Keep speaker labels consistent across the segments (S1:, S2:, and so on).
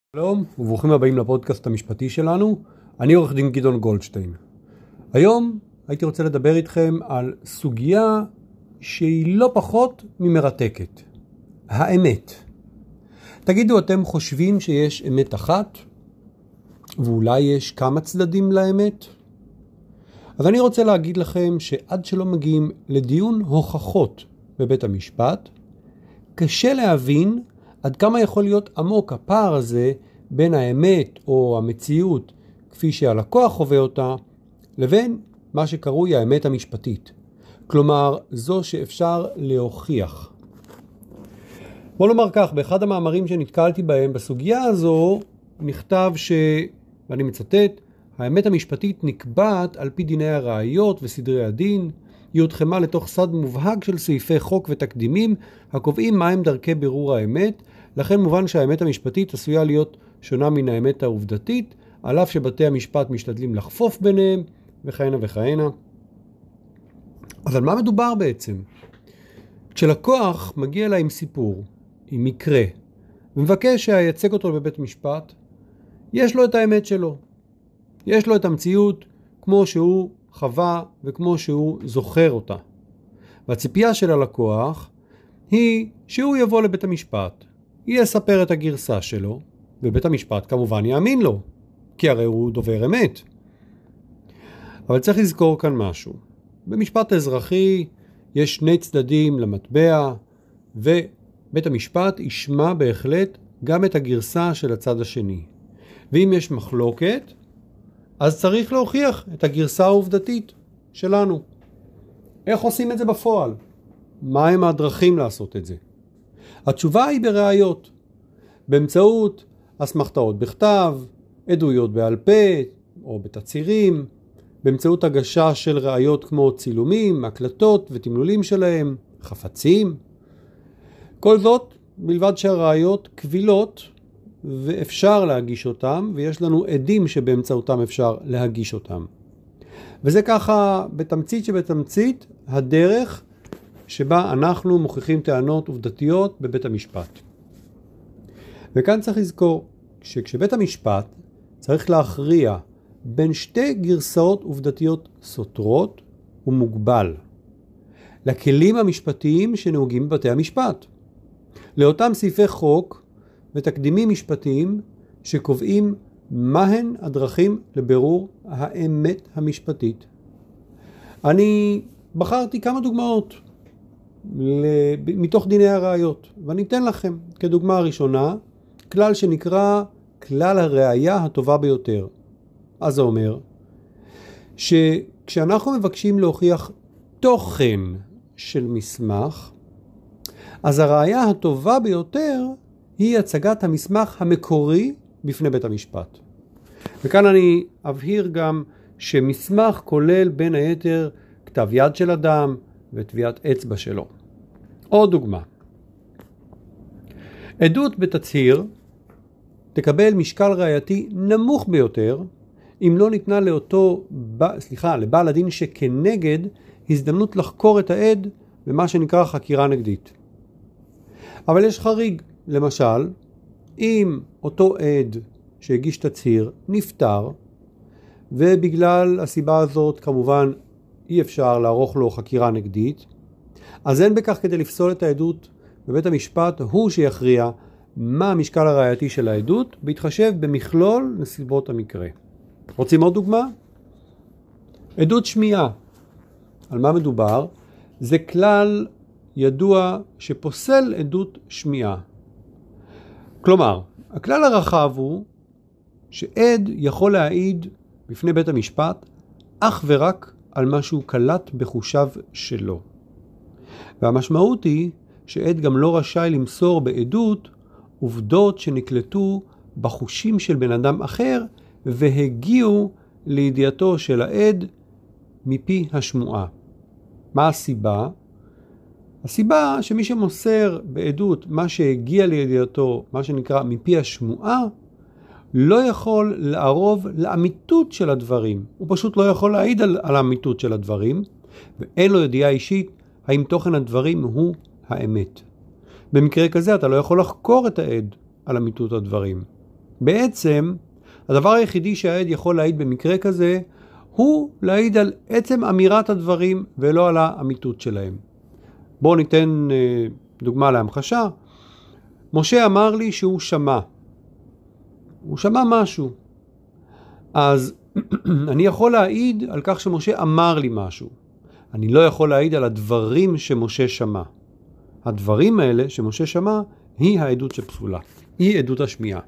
S1: שלום וברוכים הבאים לפודקאסט המשפטי שלנו. אני עורך דין גדעון גולדשטיין. היום הייתי רוצה לדבר איתכם על סוגיה שהיא לא פחות ממרתקת. האמת. תגידו, אתם חושבים שיש אמת אחת? ואולי יש כמה צדדים לאמת? אז אני רוצה להגיד לכם שעד שלא מגיעים לדיון הוכחות בבית המשפט, קשה להבין עד כמה יכול להיות עמוק הפער הזה בין האמת או המציאות כפי שהלקוח חווה אותה, לבין מה שקרוי האמת המשפטית. כלומר, זו שאפשר להוכיח. בוא נאמר כך, באחד המאמרים שנתקלתי בהם בסוגיה הזו, נכתב ואני מצטט, האמת המשפטית נקבעת על פי דיני הראיות וסדרי הדין, היא הותחמה לתוך סד מובהק של סעיפי חוק ותקדימים הקובעים מהם דרכי בירור האמת, לכן מובן שהאמת המשפטית עשויה להיות שונה מן האמת העובדתית, על אף שבתי המשפט משתדלים לחפוף ביניהם וכהנה וכהנה. אז על מה מדובר בעצם? כשלקוח מגיע אליי עם סיפור, עם מקרה, ומבקש שייצג אותו בבית משפט, יש לו את האמת שלו. יש לו את המציאות כמו שהוא חווה וכמו שהוא זוכר אותה. והציפייה של הלקוח היא שהוא יבוא לבית המשפט, יספר את הגרסה שלו, ובית המשפט כמובן יאמין לו, כי הרי הוא דובר אמת. אבל צריך לזכור כאן משהו. במשפט האזרחי יש שני צדדים למטבע, ובית המשפט ישמע בהחלט גם את הגרסה של הצד השני. ואם יש מחלוקת, אז צריך להוכיח את הגרסה העובדתית שלנו. איך עושים את זה בפועל? מהם הדרכים לעשות את זה? התשובה היא בראיות, באמצעות אסמכתאות בכתב, עדויות בעל פה או בתצהירים, באמצעות הגשה של ראיות כמו צילומים, הקלטות ותמלולים שלהם, חפצים. כל זאת מלבד שהראיות קבילות ואפשר להגיש אותם, ויש לנו עדים שבאמצעותם אפשר להגיש אותם. וזה ככה בתמצית שבתמצית הדרך שבה אנחנו מוכיחים טענות עובדתיות בבית המשפט. וכאן צריך לזכור שכשבית המשפט צריך להכריע בין שתי גרסאות עובדתיות סותרות, הוא מוגבל לכלים המשפטיים שנהוגים בבתי המשפט, לאותם סעיפי חוק ותקדימים משפטיים שקובעים מהן הדרכים לבירור האמת המשפטית. אני בחרתי כמה דוגמאות מתוך דיני הראיות, ואני אתן לכם כדוגמה הראשונה, כלל שנקרא כלל הראייה הטובה ביותר. אז זה אומר שכשאנחנו מבקשים להוכיח תוכן של מסמך, אז הראייה הטובה ביותר היא הצגת המסמך המקורי בפני בית המשפט. וכאן אני אבהיר גם שמסמך כולל בין היתר כתב יד של אדם וטביעת אצבע שלו. עוד דוגמה. עדות בתצהיר תקבל משקל ראייתי נמוך ביותר אם לא ניתנה לבעל הדין שכנגד הזדמנות לחקור את העד במה שנקרא חקירה נגדית. אבל יש חריג. למשל, אם אותו עד שהגיש תצהיר נפטר, ובגלל הסיבה הזאת כמובן אי אפשר לערוך לו חקירה נגדית, אז אין בכך כדי לפסול את העדות, בבית המשפט הוא שיכריע מה המשקל הראייתי של העדות, בהתחשב במכלול נסיבות המקרה. רוצים עוד דוגמה? עדות שמיעה. על מה מדובר? זה כלל ידוע שפוסל עדות שמיעה. כלומר, הכלל הרחב הוא שעד יכול להעיד בפני בית המשפט אך ורק על מה שהוא קלט בחושיו שלו. והמשמעות היא שעד גם לא רשאי למסור בעדות עובדות שנקלטו בחושים של בן אדם אחר והגיעו לידיעתו של העד מפי השמועה. מה הסיבה? הסיבה שמי שמוסר בעדות מה שהגיע לידיעתו, מה שנקרא מפי השמועה, לא יכול לערוב לאמיתות של הדברים. הוא פשוט לא יכול להעיד על האמיתות של הדברים, ואין לו ידיעה אישית האם תוכן הדברים הוא האמת. במקרה כזה אתה לא יכול לחקור את העד על אמיתות הדברים. בעצם, הדבר היחידי שהעד יכול להעיד במקרה כזה, הוא להעיד על עצם אמירת הדברים ולא על האמיתות שלהם. בואו ניתן דוגמה להמחשה. משה אמר לי שהוא שמע. הוא שמע משהו. אז אני יכול להעיד על כך שמשה אמר לי משהו. אני לא יכול להעיד על הדברים שמשה שמע. הדברים האלה שמשה שמע היא העדות שפסולה. היא עדות השמיעה.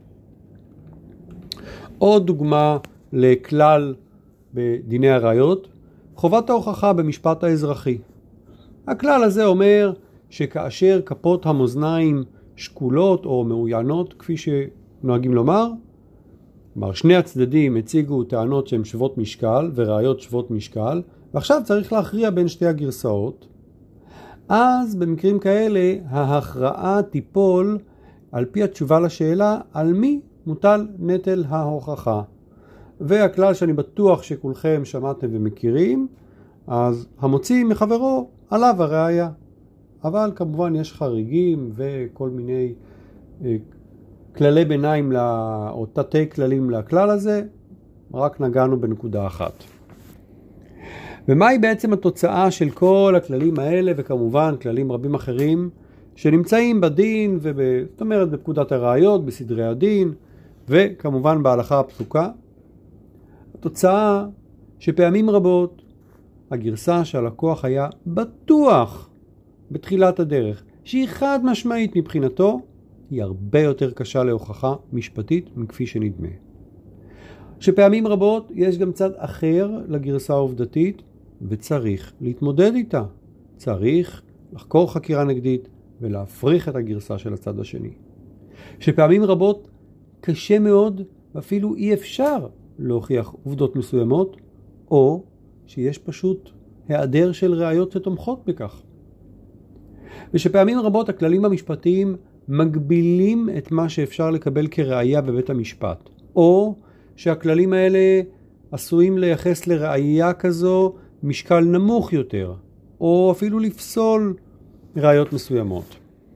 S1: עוד דוגמה לכלל בדיני הראיות, חובת ההוכחה במשפט האזרחי. הכלל הזה אומר שכאשר כפות המאזניים שקולות או מאוינות, כפי שנוהגים לומר, שני הצדדים הציגו טענות שהן שוות משקל וראיות שוות משקל, ועכשיו צריך להכריע בין שתי הגרסאות, אז במקרים כאלה ההכרעה תיפול על פי התשובה לשאלה על מי מוטל נטל ההוכחה. והכלל שאני בטוח שכולכם שמעתם ומכירים, אז המוציא מחברו עליו הראיה. אבל כמובן יש חריגים וכל מיני כללי ביניים או תתי כללים לכלל הזה, רק נגענו בנקודה אחת. ומהי בעצם התוצאה של כל הכללים האלה, וכמובן כללים רבים אחרים שנמצאים בדין, זאת אומרת בפקודת הראיות, בסדרי הדין, וכמובן בהלכה הפסוקה? התוצאה שפעמים רבות הגרסה שהלקוח היה בטוח בתחילת הדרך, שהיא חד משמעית מבחינתו, היא הרבה יותר קשה להוכחה משפטית מכפי שנדמה. שפעמים רבות יש גם צד אחר לגרסה העובדתית, וצריך להתמודד איתה. צריך לחקור חקירה נגדית ולהפריך את הגרסה של הצד השני. שפעמים רבות קשה מאוד ואפילו אי אפשר להוכיח עובדות מסוימות, או שיש פשוט היעדר של ראיות שתומכות בכך. ושפעמים רבות הכללים המשפטיים מגבילים את מה שאפשר לקבל כראיה בבית המשפט, או שהכללים האלה עשויים לייחס לראיה כזו משקל נמוך יותר, או אפילו לפסול ראיות מסוימות.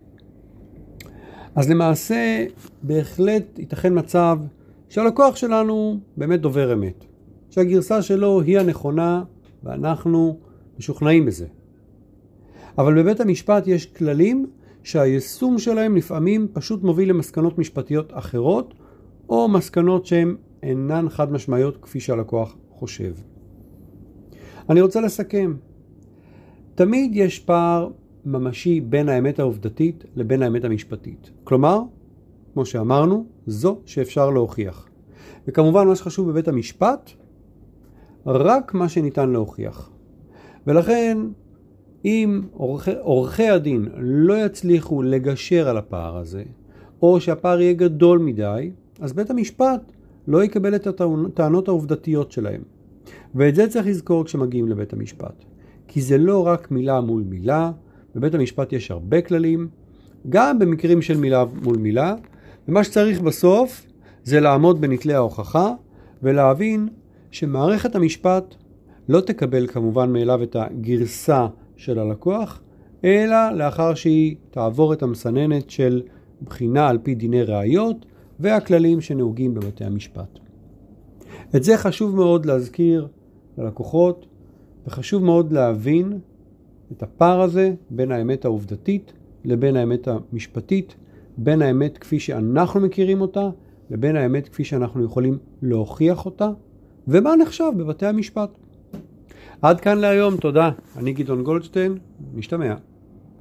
S1: אז למעשה בהחלט ייתכן מצב שהלקוח שלנו באמת דובר אמת, שהגרסה שלו היא הנכונה ואנחנו משוכנעים בזה. אבל בבית המשפט יש כללים שהיישום שלהם לפעמים פשוט מוביל למסקנות משפטיות אחרות, או מסקנות שהן אינן חד משמעיות כפי שהלקוח חושב. אני רוצה לסכם. תמיד יש פער ממשי בין האמת העובדתית לבין האמת המשפטית. כלומר, כמו שאמרנו, זו שאפשר להוכיח. וכמובן מה שחשוב בבית המשפט, רק מה שניתן להוכיח. ולכן, אם עורכי הדין לא יצליחו לגשר על הפער הזה, או שהפער יהיה גדול מדי, אז בית המשפט לא יקבל את הטענות העובדתיות שלהם. ואת זה צריך לזכור כשמגיעים לבית המשפט. כי זה לא רק מילה מול מילה, בבית המשפט יש הרבה כללים, גם במקרים של מילה מול מילה, ומה שצריך בסוף זה לעמוד בנטלי ההוכחה, ולהבין שמערכת המשפט לא תקבל כמובן מאליו את הגרסה של הלקוח, אלא לאחר שהיא תעבור את המסננת של בחינה על פי דיני ראיות, והכללים שנהוגים בבתי המשפט. את זה חשוב מאוד להזכיר ללקוחות, וחשוב מאוד להבין את הפער הזה בין האמת העובדתית לבין האמת המשפטית, בין האמת כפי שאנחנו מכירים אותה, לבין האמת כפי שאנחנו יכולים להוכיח אותה, ומה נחשב בבתי המשפט. עד כאן להיום, תודה. אני גדעון גולדשטיין, משתמע.